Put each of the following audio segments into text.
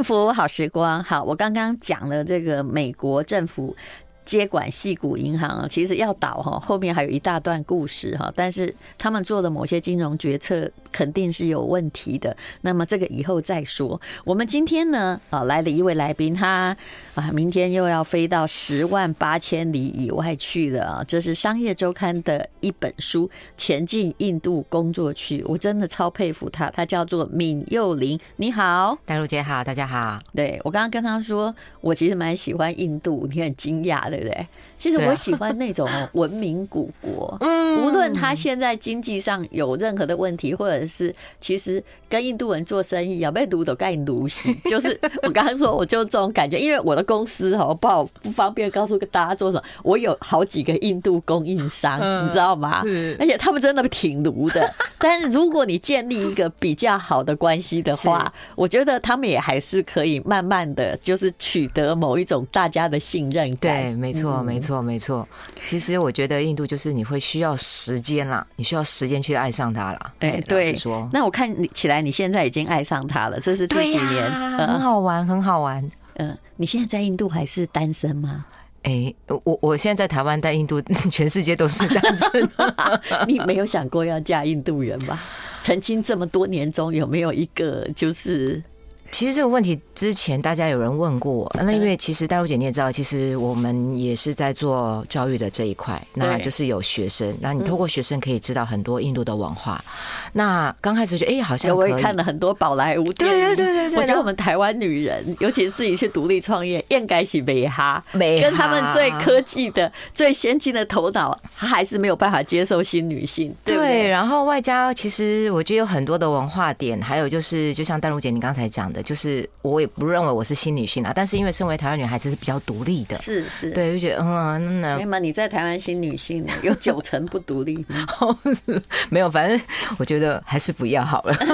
幸福好时光。好，我刚刚讲了这个美国政府接管矽谷银行，其实要倒后面还有一大段故事，但是他们做的某些金融决策肯定是有问题的，那么这个以后再说。我们今天呢来了一位来宾，他明天又要飞到108000里以外去了，这是商业周刊的一本书《前进印度工作区》，我真的超佩服他，他叫做闵幼玲。你好。 戴茹姐好，大家好。 对，我刚刚跟他说我其实蛮喜欢印度，你很惊讶对不对？其实我喜欢那种文明古国，无论他现在经济上有任何的问题，或者是其实跟印度人做生意被读都盖读习，就是我刚刚说我就这种感觉，因为我的公司不方便告诉大家做什么，我有好几个印度供应商，你知道吗？而且他们真的挺奴的，但是如果你建立一个比较好的关系的话，我觉得他们也还是可以慢慢的就是取得某一种大家的信任感。 对，没错没错没错。其实我觉得印度就是你会需要时间啦，你需要时间去爱上它啦。 对，那我看起来你现在已经爱上它了，这是第几年？ 很好玩很好玩。 你现在在印度还是单身吗？ 我现在在台湾，在印度全世界都是单身。 你没有想过要嫁印度人吧？曾经这么多年中有没有一个就是其实这个问题之前大家有人问过我，那因为其实戴茹姐你也知道，其实我们也是在做教育的这一块，那就是有学生，那你透过学生可以知道很多印度的文化。那刚开始就好像可以， 我也看了很多宝莱坞电影，对，我觉得我们台湾女人，尤其是自己去独立创业，应该是美哈，跟他们最科技的、最先进的头脑，她还是没有办法接受新女性，对不对？ 然后外加其实我觉得有很多的文化点，还有就是就像戴茹姐你刚才讲的。就是我也不认为我是新女性啊，但是因为身为台湾女孩子是比较独立的， 是， 对，就觉得没嘛，你在台湾新女性有90%不独立， 没有，反正我觉得还是不要好了。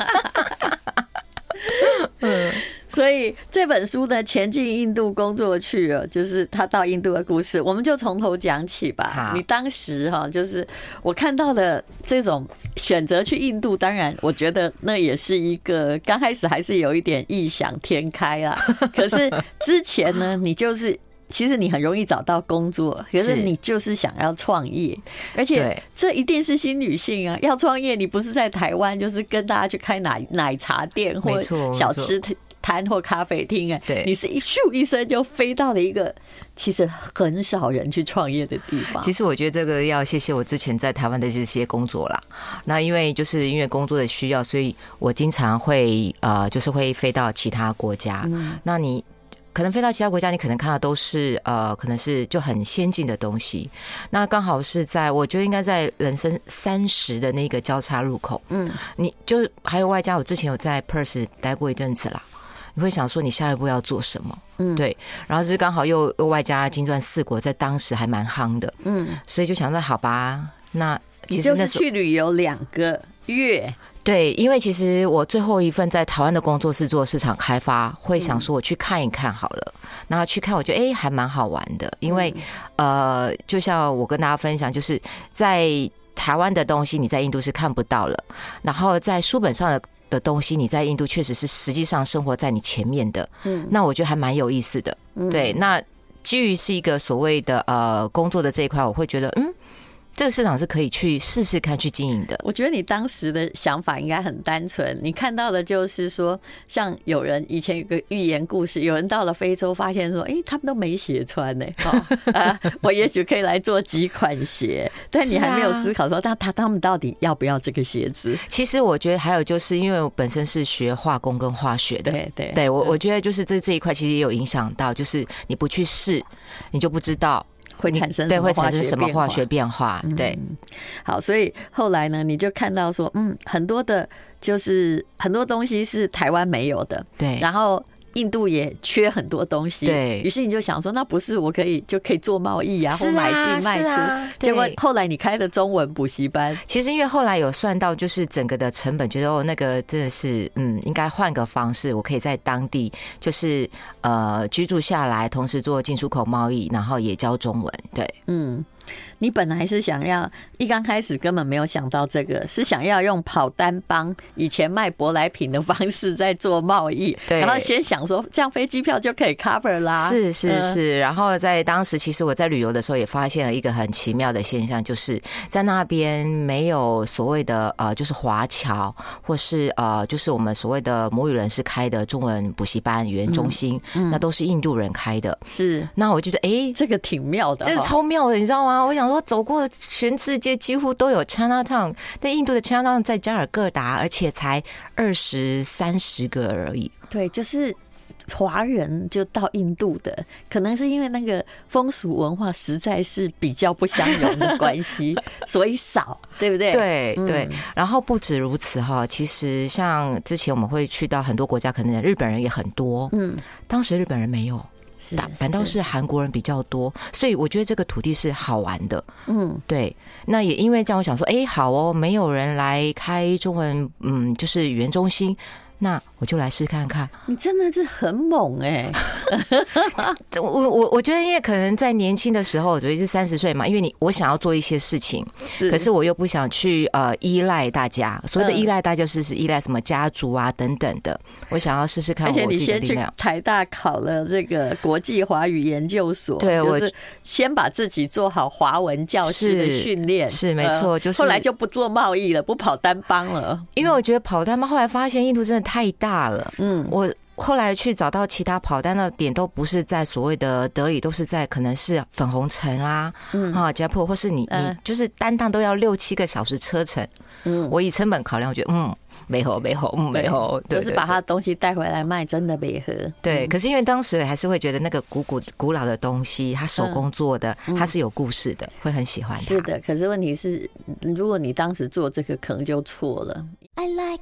所以这本书呢，前进印度工作去就是他到印度的故事，我们就从头讲起吧。你当时就是我看到的这种选择去印度，当然我觉得那也是一个刚开始还是有一点异想天开啦。可是之前呢，你就是其实你很容易找到工作，可是你就是想要创业，而且这一定是新女性啊，要创业你不是在台湾就是跟大家去开奶茶店或小吃摊或咖啡厅，你是咻一声就飞到了一个其实很少人去创业的地方。 其实我觉得这个要谢谢我之前在台湾的这些工作啦。那因为工作的需要，所以我经常会就是会飞到其他国家。那你可能飞到其他国家，你可能看到都是可能是就很先进的东西。那刚好是在我觉得应该在人生30的那个交叉路口。你就还有外加我之前有在 Perth 待过一阵子啦。你会想说你下一步要做什么？对，然后是刚好又外加金砖4国在当时还蛮夯的，所以就想说好吧，那其实你就是去旅游2个月。 对，因为其实我最后一份在台湾的工作是做市场开发，会想说我去看一看好了。然后去看，我觉得还蛮好玩的，因为就像我跟大家分享，就是在台湾的东西你在印度是看不到了，然后在书本上的东西你在印度确实是实际上生活在你前面的。那我觉得还蛮有意思的。对，那基于是一个所谓的工作的这一块，我会觉得这个市场是可以去试试看去经营的。 我觉得你当时的想法应该很单纯，你看到的就是说，像有人以前有个寓言故事，有人到了非洲发现说，他们都没鞋穿呢，我也许可以来做几款鞋，但你还没有思考说，他们到底要不要这个鞋子？ 其实我觉得还有就是因为我本身是学化工跟化学的，对，我觉得就是这一块其实也有影响到，就是你不去试，你就不知道。 会产生什么化学变化？对， 好，所以后来呢，你就看到说，很多的，就是很多东西是台湾没有的， 对， 然后印度也缺很多东西， 对， 于是你就想说，那不是我可以做贸易啊，或买进卖出。结果后来你开的中文补习班， 其实因为后来有算到，就是整个的成本，觉得那个真的是应该换个方式，我可以在当地就是居住下来，同时做进出口贸易，然后也教中文。对， 你本来是想要一刚开始根本没有想到这个，是想要用跑单帮以前卖舶来品的方式在做贸易，然后先想说这样飞机票就可以 cover 啦。 是。然后在当时，其实我在旅游的时候也发现了一个很奇妙的现象，就是在那边没有所谓的就是华侨，或是就是我们所谓的母语人士开的中文补习班、语言中心，那都是印度人开的。是，那我就觉得这个挺妙的， 这超妙的，你知道吗？我想说，走过全世界几乎都有 Chinatown， 但印度的 Chinatown 在加尔各答，而且才20-30个而已。 对，就是华人就到印度的，可能是因为那个风俗文化实在是比较不相容的关系，所以少，对不对？ 对。然后不止如此哈，其实像之前我们会去到很多国家，可能日本人也很多，当时日本人没有。反倒是韩国人比较多，所以我觉得这个土地是好玩的。对。那也因为这样，我想说，好哦，没有人来开中文，就是语言中心，那我就来试看看。 你真的是很猛我觉得因为可能在年轻的时候，尤其是30岁嘛，因为我想要做一些事情，可是我又不想去依赖大家。所谓的依赖大家就是依赖什么家族啊等等的。我想要试试看我自己的力量。 而且你先去台大考了这个国际华语研究所，对，就是先把自己做好华文教师的训练。是没错，就是后来就不做贸易了，不跑单帮了。 因为我觉得跑单帮后来发现印度真的太大了。我后来去找到其他跑单的点，都不是在所谓的德里，都是在可能是粉红城啦，加坡，或是你就是单趟都要6-7个小时车程。我以成本考量，我觉得没好， 就是把他的东西带回来卖，真的没合。 对，可是因为当时还是会觉得那个古老的东西，它手工做的，它是有故事的，会很喜欢它。 是的，可是问题是，如果你当时做这个，可能就错了。I like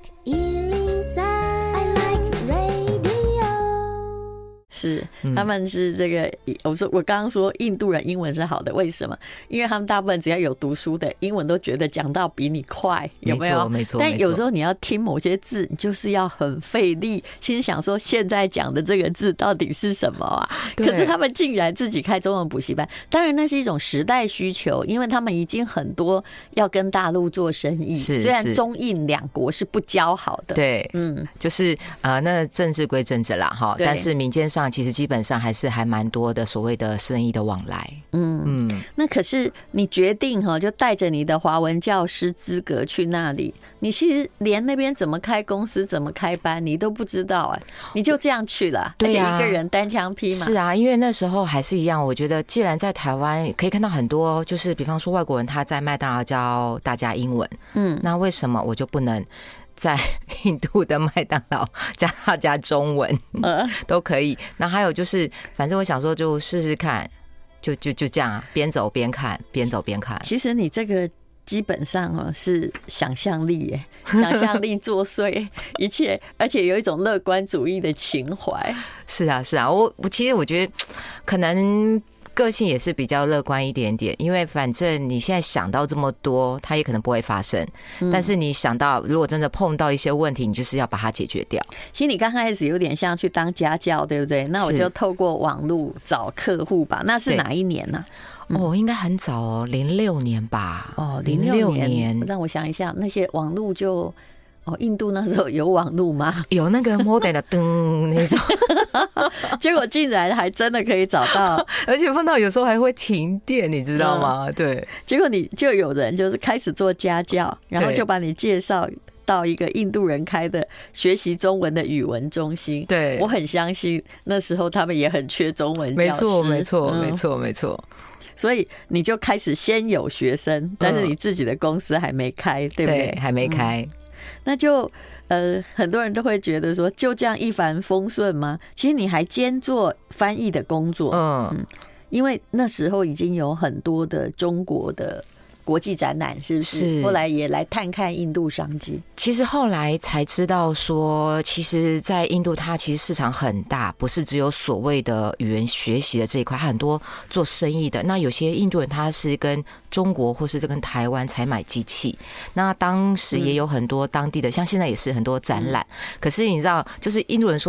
103, I like radio。是，他们是这个。我刚刚说印度人英文是好的，为什么？因为他们大部分只要有读书的，英文都觉得讲到比你快，有没有？ 没错。 但有时候你要听某些字，你就是要很费力，心想说现在讲的这个字到底是什么啊？可是他们竟然自己开中文补习班，当然那是一种时代需求，因为他们已经很多要跟大陆做生意，虽然中印两国是不交好的， 对，就是那政治归政治啦哈，但是民间上其实基本上还蛮多的所谓的生意的往来。 那可是你决定就带着你的华文教师资格去那里，你其实连那边怎么开公司怎么开班你都不知道你就这样去了。对啊，而且一个人单枪匹马。 是啊，因为那时候还是一样，我觉得既然在台湾可以看到很多就是比方说外国人他在麦当劳教大家英文，那为什么我就不能在印度的麦当劳教大家中文？都可以。那还有就是反正我想说就试试看，就这样啊，边走边看，边走边看。 其实你这个基本上是想象力耶，想象力作祟一切，而且有一种乐观主义的情怀。 是啊，我其实我觉得可能个性也是比较乐观一点点，因为反正你现在想到这么多，它也可能不会发生。但是你想到，如果真的碰到一些问题，你就是要把它解决掉。 其实你刚开始有点像去当家教，对不对？那我就透过网络找客户吧。那是哪一年呢？ 应该很早06年吧。 06年，让我想一下，那些网络就。印度那时候有网路吗？ 有那个 modem 的灯那种， 结果竟然还真的可以找到， 而且碰到有时候还会停电，你知道吗？对， 结果你就有人就是开始做家教，然后就把你介绍到一个印度人开的学习中文的语文中心。对，我很相信那时候他们也很缺中文教师。没错。所以你就开始先有学生，但是你自己的公司还没开，对不对？ 对，还没开。 那就很多人都会觉得说，就这样一帆风顺吗？其实你还兼做翻译的工作，因为那时候已经有很多的中国的国际展览，是不是？后来也来探看印度商机。 其实后来才知道说，其实在印度它其实市场很大，不是只有所谓的语言学习的这一块，很多做生意的。那有些印度人他是跟中国或是跟台湾采买机器，那当时也有很多当地的，像现在也是很多展览。可是你知道，就是印度人说的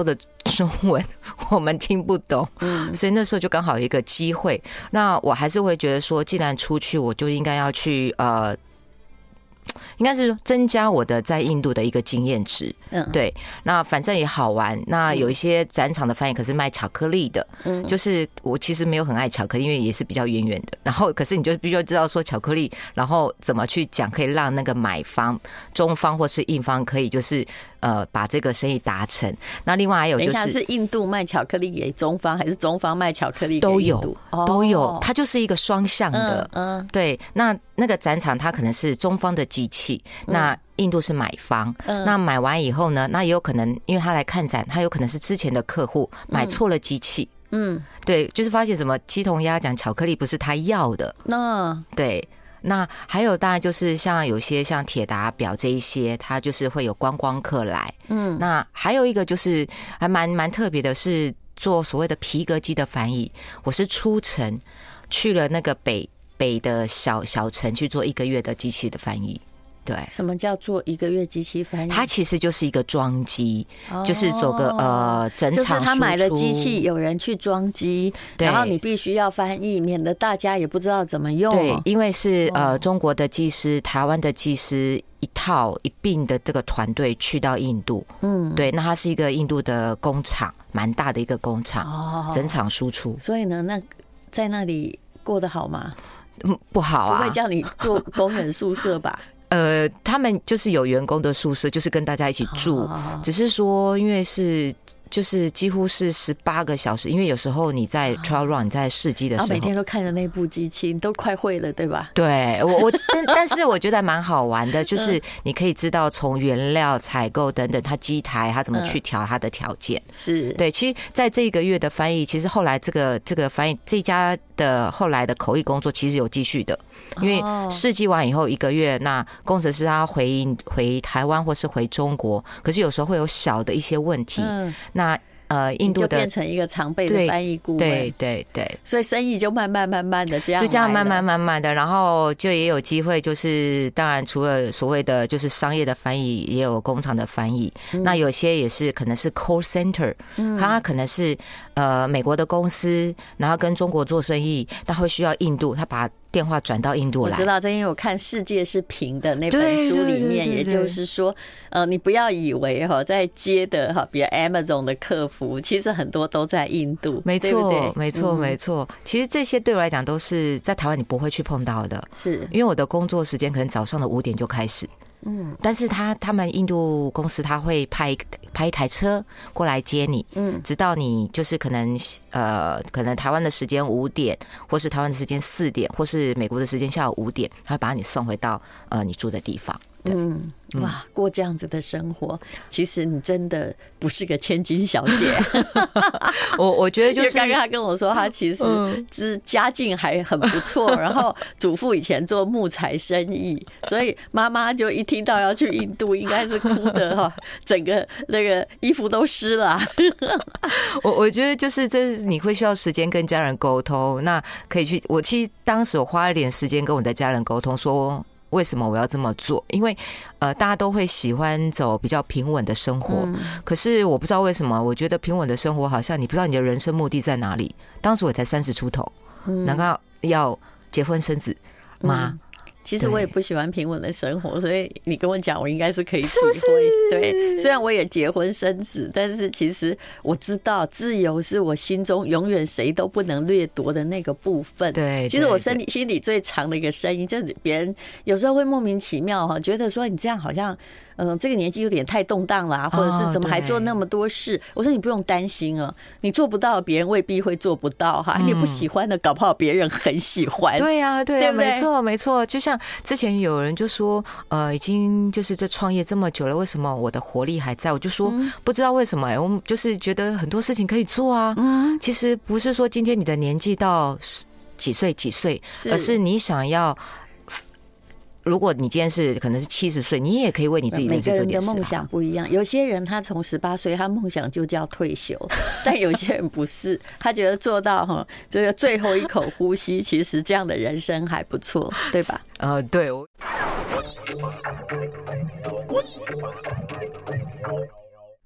中文我们听不懂，所以那时候就刚好有一个机会。那我还是会觉得说，既然出去，我就应该要去应该是增加我的在印度的一个经验值，对，那反正也好玩。那有一些展场的翻译可是卖巧克力的，就是我其实没有很爱巧克力，因为也是比较远远的。然后可是你就必须要知道说巧克力，然后怎么去讲，可以让那个买方、中方或是印方可以就是把这个生意达成。那另外还有就是， 等一下是印度卖巧克力给中方，还是中方卖巧克力给印度？ 都有，它就是一个双向的。对，那个展场它可能是中方的机器，那印度是买方。那买完以后呢，那也有可能因为他来看展，他有可能是之前的客户买错了机器。对，就是发现什么鸡同鸭讲，巧克力不是他要的。对。那还有当然就是像有些像铁达表这一些，它就是会有观光客来。那还有一个就是还蛮特别的，是做所谓的皮革机的翻译。我是出城去了那个北的小城去做1个月的机器的翻译。对， 什么叫做1个月机器翻译？ 它其实就是一个装机，就是做个整场输出。就是他买了机器，有人去装机，然后你必须要翻译，免得大家也不知道怎么用。 对，因为是中国的技师、台湾的技师一并的这个团队去到印度。对，那它是一个印度的工厂，蛮大的一个工厂，整场输出。 所以呢，那在那里过得好吗？ 不好啊， 不会叫你做工人宿舍吧？ 他们就是有员工的宿舍，就是跟大家一起住，只是说因为是就是几乎是18个小时，因为有时候你在 trial run 你在试机的时候， 每天都看着那部机器，你都快会了，对吧？ 对，但是我觉得蛮好玩的，就是你可以知道从原料采购等等，它机台它怎么去调它的条件。是对，其实在这个月的翻译，其实后来这个翻译这家的后来的口译工作其实有继续的。因为试机完以后1个月，那工程师他回台湾或是回中国，可是有时候会有小的一些问题。那印度的就变成一个常备的翻译顾问， 对， 所以生意就慢慢的这样， 就这样慢慢的，然后就也有机会，就是当然除了所谓的就是商业的翻译，也有工厂的翻译。那有些也是可能是 call center，它可能是美国的公司，然后跟中国做生意，但会需要印度，他把电话转到印度来。 我知道，这因为我看《世界是平的》那本书里面，也就是说，你不要以为在接的比如 Amazon 的客服，其实很多都在印度， 没错，没错。其实这些对我来讲都是在台湾你不会去碰到的，是因为我的工作时间可能早上的5点就开始。但是他们印度公司他会派一台车过来接你，直到你就是可能台湾的时间5点，或是台湾的时间4点，或是美国的时间下午5点，他会把你送回到你住的地方。 哇，过这样子的生活，其实你真的不是个千金小姐。 我觉得就是刚刚他跟我说，他其实家境还很不错，然后祖父以前做木材生意，所以妈妈就一听到要去印度，应该是哭的整个那个衣服都湿了。 我觉得就是这你会需要时间跟家人沟通，那可以去。我其实当时我花一点时间跟我的家人沟通说，为什么我要这么做？因为大家都会喜欢走比较平稳的生活，可是我不知道为什么，我觉得平稳的生活好像你不知道你的人生目的在哪里。当时我才30出头，难道要结婚生子吗？ 其实我也不喜欢平稳的生活，所以你跟我讲，我应该是可以体会。对，虽然我也结婚生子，但是其实我知道自由是我心中永远谁都不能掠夺的那个部分。对，其实我心里最长的一个声音，就是别人有时候会莫名其妙觉得说你这样好像。这个年纪有点太动荡啦，或者是怎么还做那么多事？我说你不用担心啊，你做不到，别人未必会做不到哈。你不喜欢的，搞不好别人很喜欢。 对呀，对呀，没错。就像之前有人就说，已经就是在创业这么久了，为什么我的活力还在？我就说不知道为什么我们就是觉得很多事情可以做啊。其实不是说今天你的年纪到几岁，而是你想要。如果你今天是可能是70岁，你也可以为你自己的人生做点事。每个人的梦想不一样，有些人他从18岁，他梦想就叫退休，但有些人不是，他觉得做到这个最后一口呼吸，其实这样的人生还不错，对吧？ 对。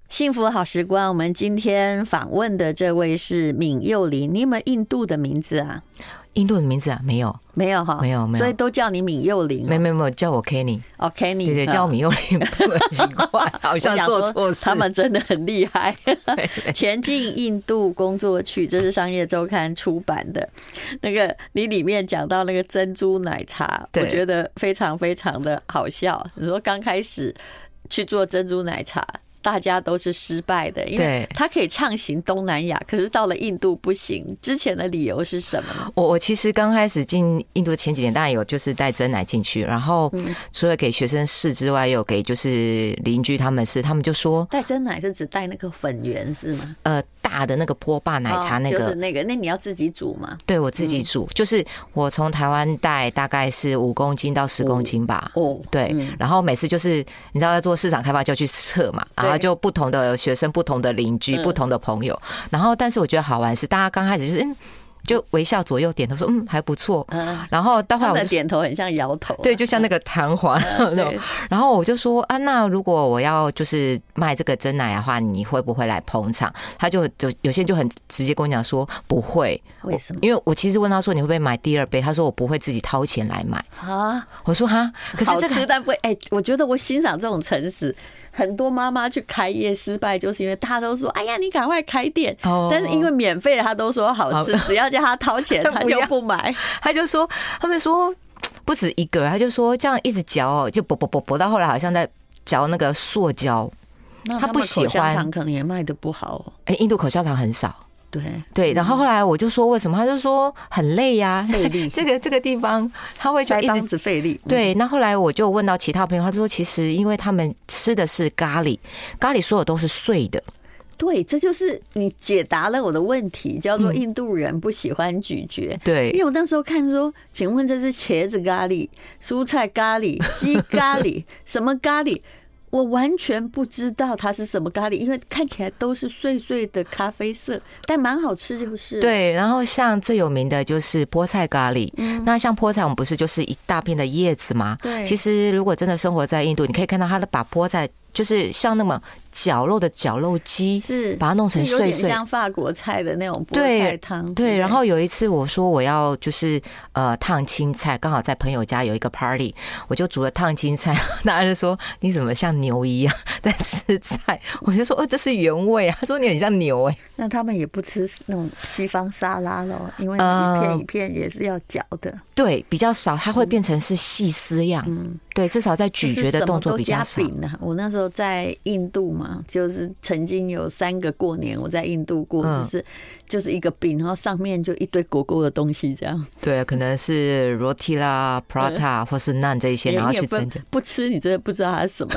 幸福好时光，我们今天访问的这位是闵幼玲，你有没有印度的名字啊？ 印度的名字啊？没有， 没有哈， 没有， 所以都叫你闵幼玲。 没有，叫我 Kenny。 哦 ，Kenny， 对，叫我闵幼玲，很奇怪，好像做错事。 他们真的很厉害。前进印度工作去，这是商业周刊出版的。那个你里面讲到那个珍珠奶茶，我觉得非常非常的好笑。你说刚开始去做珍珠奶茶，大家都是失败的，因为他可以畅行东南亚，可是到了印度不行。之前的理由是什么呢？ 我其实刚开始进印度的前几年，当然有就是带珍奶进去，然后除了给学生试之外，有给就是邻居他们试，他们就说带珍奶是只带那个粉圆是吗？ 大的那个波霸奶茶那个， 就是那个，那你要自己煮吗？ 对，我自己煮，就是我从台湾带大概是5公斤到10公斤吧。对，然后每次就是你知道在做市场开发就去测嘛，然后就不同的学生、不同的邻居、不同的朋友，然后但是我觉得好玩是大家刚开始就是就微笑左右点头说还不错，然后到后来我就点头很像摇头， 对，就像那个弹簧。然后我就说那如果我要就是卖这个珍奶的话，你会不会来捧场？他就有些人就很直接跟我讲说不会。 为什么？ 因为我其实问他说你会不会买第2杯，他说我不会自己掏钱来买啊。我说可是这个好吃但不会。我觉得我欣赏这种诚实。很多妈妈去开业失败，就是因为大家都说：“哎呀，你赶快开店。”但是因为免费的，他都说好吃，只要叫他掏钱，他就不买。 他就说，他们说不止一个，他就说这样一直嚼就啵到后来好像在嚼那个塑胶，他不喜欢。口香糖可能也卖得不好。 印度口香糖很少。 对， 然后后来我就说为什么，他就说很累呀， 费力。 这个地方他会就一直费力。 对，那后来我就问到其他朋友，他说其实因为他们吃的是咖喱所有都是碎的。 对，这就是你解答了我的问题，叫做印度人不喜欢咀嚼。 对， 因为我那时候看说，请问这是茄子咖喱、蔬菜咖喱、鸡咖喱，什么咖喱？我完全不知道它是什么咖喱，因为看起来都是碎碎的咖啡色，但蛮好吃就是。 对，然后像最有名的就是菠菜咖喱。那像菠菜我们不是就是一大片的叶子吗？ 对。 其实如果真的生活在印度，你可以看到他把菠菜就是像那么绞肉的绞肉机， 是把它弄成碎碎，有点像法国菜的那种菠菜汤。 对，然后有一次我说我要就是烫青菜，刚好在朋友家有一个 party， 我就煮了烫青菜，大家就说你怎么像牛一样在吃菜？我就说这是原味啊。他说你很像牛那他们也不吃那种西方沙拉了，因为一片一片也是要嚼的。 对，比较少，它会变成是细丝样。对，至少在咀嚼的动作比较少。 我那时候在印度嘛，就是曾经有3个过年我在印度过，就是一个饼，然后上面就一堆狗狗的东西这样。 对，可能是 roti 啦、prata 或是 naan 这一些，然后去蒸。 不吃你真的不知道它是什么。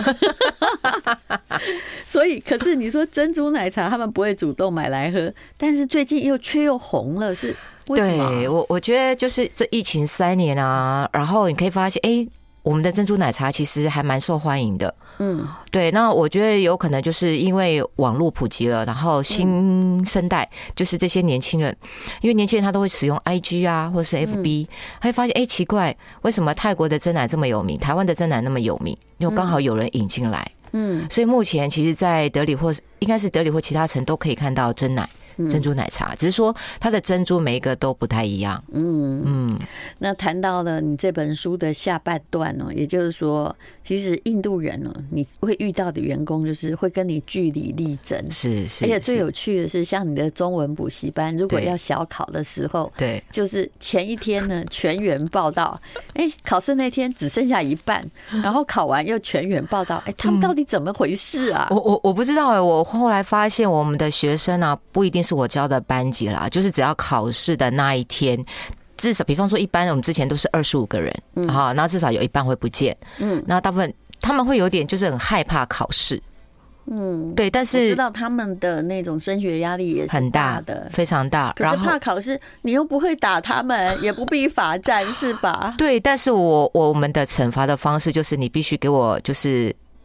所以，可是你说珍珠奶茶他们不会主动买来喝，但是最近却又红了，是为什么？ 对，我觉得就是这疫情3年啊，然后你可以发现，我们的珍珠奶茶其实还蛮受欢迎的。对，那我觉得有可能就是因为网络普及了，然后新生代就是这些年轻人，因为年轻人他都会使用 IG 啊，或是 FB，他会发现奇怪，为什么泰国的珍奶这么有名，台湾的珍奶那么有名？因为刚好有人引进来。所以目前其实在德里或应该是德里或其他城都可以看到珍奶。珍珠奶茶，只是说它的珍珠每一个都不太一样。 那谈到了你这本书的下半段也就是说，其实印度人你会遇到的员工就是会跟你据理力争， 是， 而且最有趣的是，像你的中文补习班，如果要小考的时候， 对， 就是前一天呢全员报到，考试那天只剩下一半，然后考完又全员报到，他们到底怎么回事啊？ 我不知道我后来发现我们的学生啊，不一定是我教的班级啦，就是只要考试的那一天，至少比方说一般我们之前都是25个人，那至少有一半会不见，那大部分他们会有点就是很害怕考试，对，但是我知道他们的那种升学压力也是很大的，非常大。 可是怕考试，你又不会打他们，也不必罚站，是吧？ 对，但是我们的惩罚的方式就是你必须给我就是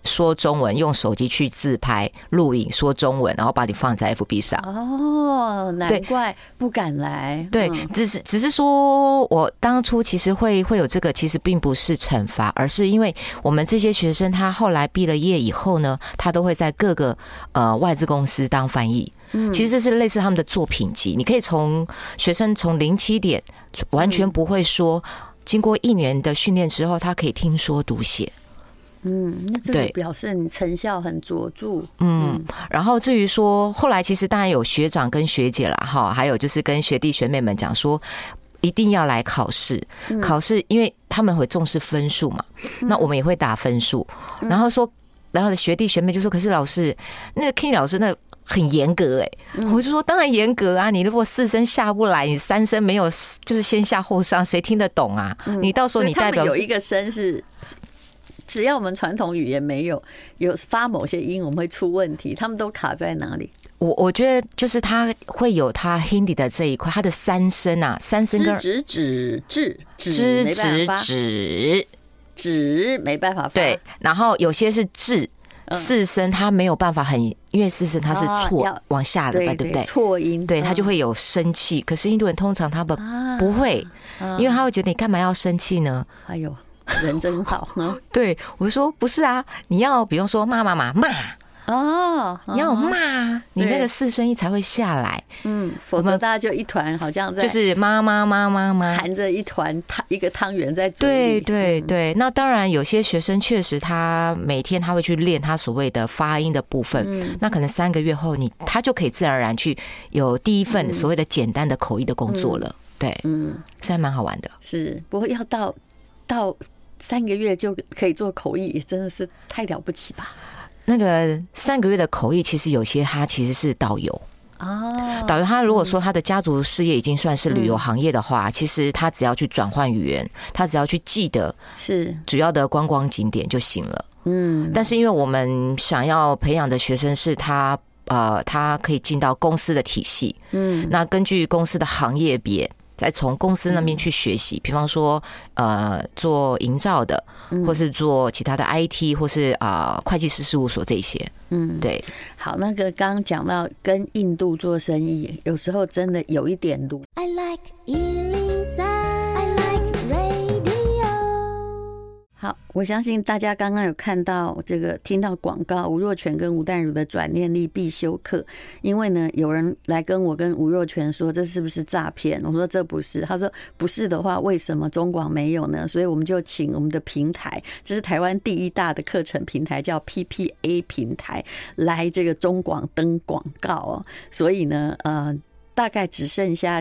说中文，用手机去自拍录影说中文，然后把你放在 FB 上。 哦，难怪不敢来。 对，只是说我当初其实会有这个，其实并不是惩罚，而是因为我们这些学生他后来毕了业以后呢，他都会在各个外资公司当翻译。其实这是类似他们的作品集，你可以学生从零起点，完全不会说，经过1年的训练之后，他可以听说读写。 那这个表示你成效很卓著。 然后至于说后来，其实当然有学长跟学姐啦，哈，还有就是跟学弟学妹们讲说，一定要来考试，因为他们会重视分数嘛，那我们也会打分数，然后学弟学妹就说，可是老师，那个 Kenny 老师那很严格我就说当然严格啊，你如果4声下不来，你3声没有就是先下后上，谁听得懂啊？你到时候你代表有一个声是。只要我们传统语言没有发某些音，我们会出问题。他们都卡在哪里？ 我觉得就是他会有他 Hindi 的这一块，他的3声啊，3声跟指没办法发。 对，然后有些是字，4声他没有办法因为4声他是错往下的吧，对不对？ 错音， 对，他就会有生气。可是印度人通常他们不会，因为他会觉得你干嘛要生气呢？ 哎呦。人真好对，我就说不是啊，你要比方说骂你要骂，你那个4声音才会下来。 否则大家就一团，好像在就是妈， 含着一团一个汤圆在嘴里。 对。那当然，有些学生确实他每天他会去练他所谓的发音的部分，那可能3个月后他就可以自然而然去有第一份所谓的简单的口译的工作了。对，是还蛮好玩的。 是，不过要到3个月就可以做口译，也真的是太了不起吧？ 那个3个月的口译，其实有些他其实是导游。导游他如果说他的家族事业已经算是旅游行业的话，其实他只要去转换语言，他只要去记得是主要的观光景点就行了。但是因为我们想要培养的学生是他可以进到公司的体系，那根据公司的行业别。再从公司那边去学习，比方说做营造的，或是做其他的 IT， 或是会计师事务所这些。对。 好，那个刚刚讲到跟印度做生意，有时候真的有一点路。I like 103, I like radio。好，我相信大家刚刚有看到这个，听到广告，吴若权跟吴淡如的转念力必修课。因为呢，有人来跟吴若权说，这是不是诈骗？我说这不是。他说不是的话，为什么中广没有呢？所以我们就请我们的平台，这是台湾第1大的课程平台，叫 PPA 平台，来这个中广登广告所以呢，大概只剩下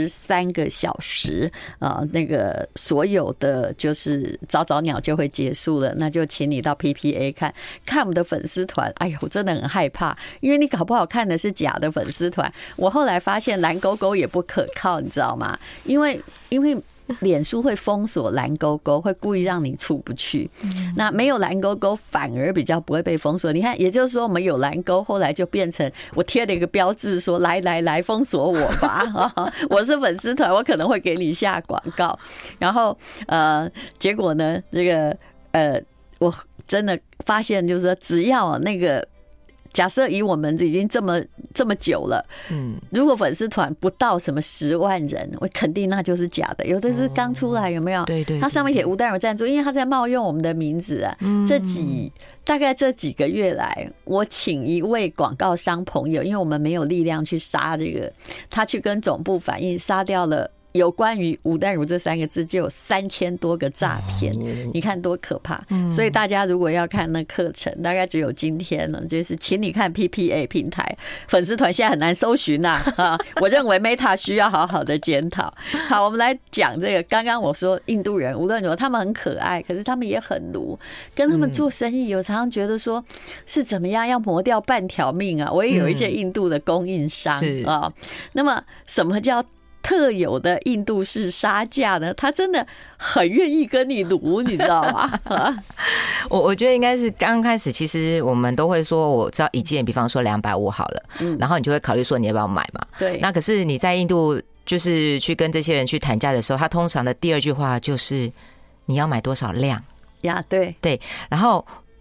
13个小时那个所有的就是早早鸟就会结束了，那就请你到 PPA 看我们的粉丝团。哎呦，我真的很害怕，因为你搞不好看的是假的粉丝团。我后来发现蓝勾勾也不可靠，你知道吗？因为脸书会封锁蓝勾勾，会故意让你出不去。那没有蓝勾勾反而比较不会被封锁。你看，也就是说我们有蓝勾，后来就变成我贴了一个标志说来封锁我吧我是粉丝团，我可能会给你下广告。然后结果呢，这个我真的发现就是说，只要那个假设以我们已经这么久了，如果粉丝团不到什么10万人，我肯定那就是假的。有的是刚出来，有没有？对，它上面写吴淡如赞助，因为他在冒用我们的名字啊。大概这几个月来，我请一位广告商朋友，因为我们没有力量去杀这个，他去跟总部反映，杀掉了。有关于吴淡如这3个字就有3000多个诈骗，你看多可怕！所以大家如果要看那课程，大概只有今天了，就是请你看 PPA 平台粉丝团，现在很难搜寻我认为 Meta 需要好好的检讨。好，我们来讲这个。刚刚我说印度人无论如何他们很可爱，可是他们也很奴。跟他们做生意，我常常觉得说是怎么样要磨掉半条命啊！我也有一些印度的供应商那么什么叫特有的印度式杀价呢？他真的很愿意跟你撸，你知道吗？ 我觉得应该是刚开始，其实我们都会说，我知道一件，比方说250好了，然后你就会考虑说你要不要买嘛。对。那可是你在印度就是去跟这些人去谈价的时候，他通常的第2句话就是你要买多少量呀？对。然后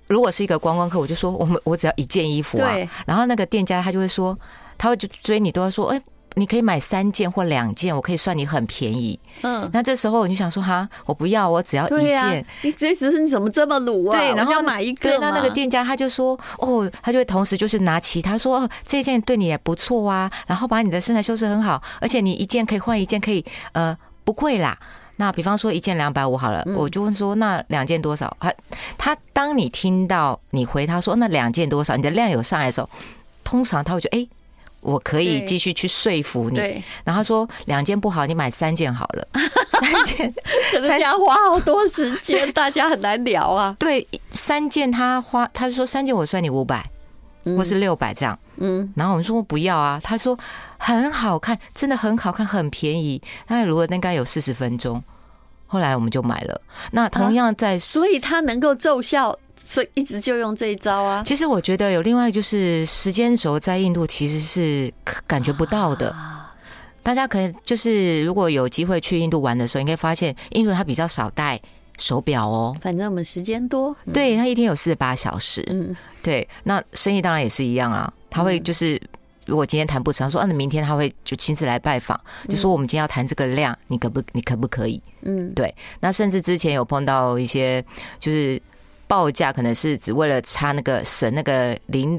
如果是一个观光客，我就说我只要一件衣服啊，然后那个店家他就会说，他会就追你，都会说，你可以买3件或2件，我可以算你很便宜。那这时候你就想说，哈，我不要，我只要一件。 你这只是你怎么这么鲁啊？ 对，然后要买一个。 对，那个店家他就说，他就会同时就是拿其他说，这件对你也不错啊，然后把你的身材修饰很好，而且你一件可以换一件，可以不贵啦。那比方说一件250好了，我就问说那2件多少？他当你听到你回他说那2件多少，你的量有上来的时候，通常他会觉得我可以继续去说服你。然后他说2件不好，你买3件好了。3件， 可是这样花好多时间，大家很难聊啊。 对，3件他就说3件我算你500，或是600这样。然后我们说不要啊，他说很好看，真的很好看，很便宜。那如果应该有40分钟，后来我们就买了。那同样所以他能够奏效。所以一直就用这一招啊。 其实我觉得有另外就是时间轴在印度其实是感觉不到的。大家可以就是如果有机会去印度玩的时候，你可以发现印度它比较少戴手表哦。 反正我们时间多， 对，它一天有48小时。对，那生意当然也是一样啊。他会就是如果今天谈不成，他说那明天他会就亲自来拜访，就说我们今天要谈这个量，你可不可以？对。那甚至之前有碰到一些就是报价可能是只为了差省那个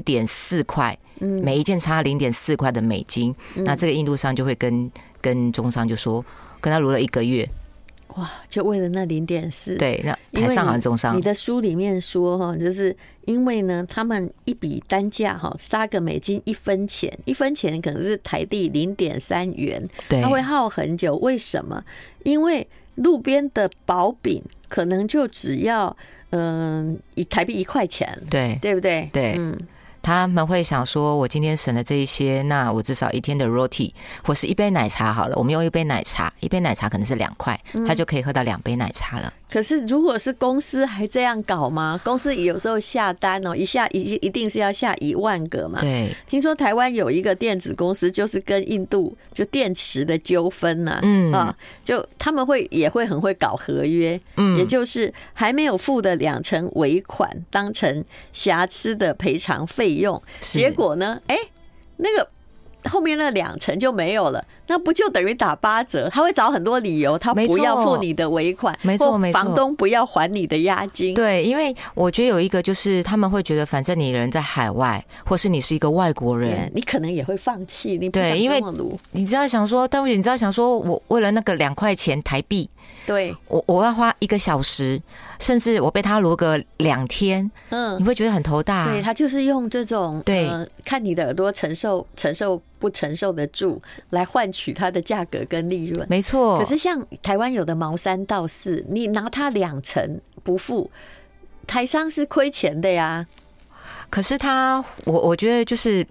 0.4块，每一件差0.4块的美金，那这个印度商就会跟中商就说跟他撸了1个月。 哇，就为了那0.4。 对，那台上好像中商。 你的书里面说就是因为呢，他们一笔单价杀个美金1分钱，1分钱可能是台币0.3元，它会耗很久。为什么？因为路边的薄饼可能就只要以台币1块钱，对不对？ 对，他们会想说，我今天省了这一些，那我至少1天的 roti 或是1杯奶茶好了。我们用1杯奶茶可能是2块，他就可以喝到2杯奶茶了。 可是如果是公司还这样搞吗？公司有时候下单一定是要下1万个嘛。 对， 听说台湾有一个电子公司，就是跟印度就电池的纠纷呐，就他们也会很会搞合约，也就是还没有付的2成尾款当成瑕疵的赔偿费用，结果呢，那个后面那2成就没有了，那不就等于打8折？他会找很多理由，他不要付你的尾款， 没错， 房东不要还你的押金。 对，因为我觉得有一个就是他们会觉得，反正你人在海外，或是你是一个外国人， 你可能也会放弃。你不想因为你知道想说，但是你知道想说，我为了那个2块钱台币， 对， 我要花1个小时，甚至我被他撸个2天，你会觉得很头大。 对，他就是用这种看你的耳朵承受不承受得住，来换取它的价格跟利润。 没错。 可是像台湾有的毛3到4，你拿它2成不付，台商是亏钱的呀。 可是我觉得就是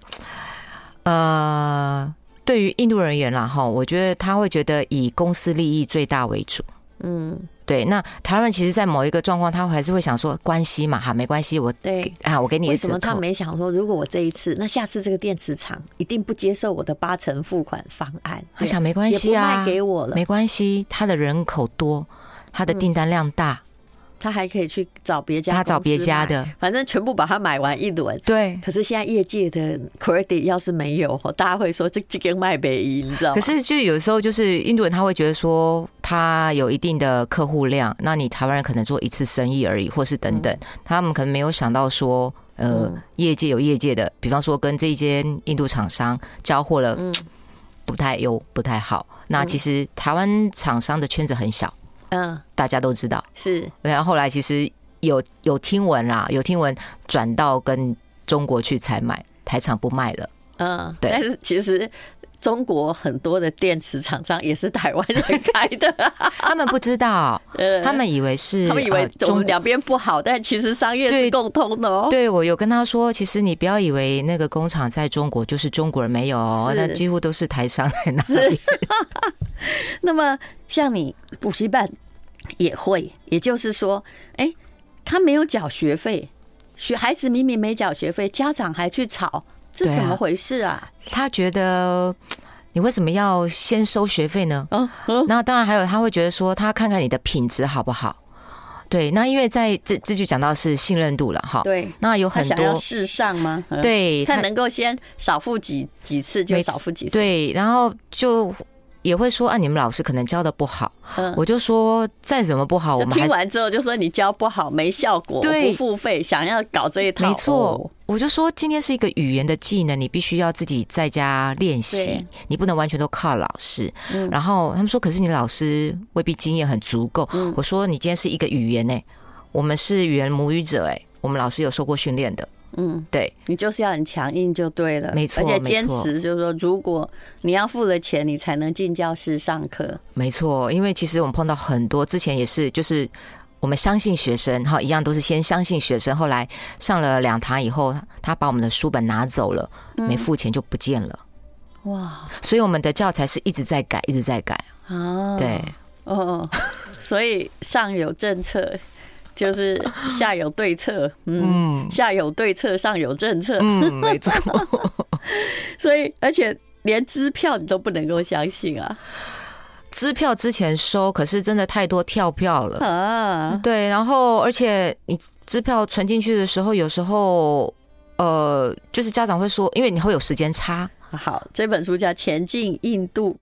对于印度人而言啦，我觉得他会觉得以公司利益最大为主。对，那台湾人其实，在某一个状况，他还是会想说关系嘛，没关系，我给你的折扣。为什么他没想说，如果我这一次，那下次这个电池厂一定不接受我的8成付款方案？ 他想没关系啊， 也不卖给我了， 没关系，他的人口多，他的订单量大。 他还可以去找别家， 他找别家的， 反正全部把它买完一轮。 对。 可是现在业界的 credit 要是没有，大家会说这个卖北一，你知道吗？ 可是就有时候就是印度人他会觉得说他有一定的客户量，那你台湾人可能做一次生意而已，或是等等，他们可能没有想到说业界有业界的，比方说跟这一间印度厂商交货了不太好。那其实台湾厂商的圈子很小。大家都知道是， 然后后来其实有听闻啦，有听闻转到跟中国去采买，台厂不卖了。对。 但是其实中国很多的电池厂商也是台湾人开的， 他们不知道，他们以为我们两边不好，但其实商业是共通的哦。 对，我有跟他说，其实你不要以为那个工厂在中国就是中国人，没有哦，那几乎都是台商在那里。 那么像你补习班也会，也就是说，他没有缴学费，孩子明明没缴学费，家长还去吵，这怎么回事啊？ 他觉得你为什么要先收学费呢？那当然还有他会觉得说，他看看你的品质好不好。 对，那因为在这就讲到是信任度了哈。 对， 那有很多他想要试上吗？ 对， 他能够先少付几次就少付几次。 对，然后就也会说你们老师可能教的不好。我就说再怎么不好，我们听完之后就说你教不好，没效果，不付费，想要搞这一套。 没错，我就说今天是一个语言的技能，你必须要自己在家练习，你不能完全都靠老师。然后他们说，可是你老师未必经验很足够。我说你今天是一个语言我们是语言母语者我们老师有受过训练的。对， 你就是要很强硬就对了， 没错， 而且坚持就是说，如果你要付了钱，你才能进教室上课。 没错，因为其实我们碰到很多，之前也是，就是我们相信学生一样都是先相信学生，后来上了2堂以后，他把我们的书本拿走了，没付钱就不见了。哇！所以我们的教材是一直在改，一直在改啊。对， 所以上有政策。就是下有对策，下有对策，上有政策， 没错。 所以，而且连支票你都不能够相信啊！ 支票之前收，可是真的太多跳票了啊！对，然后而且你支票存进去的时候，有时候就是家长会说，因为你会有时间差。 好，这本书叫《前进印度》。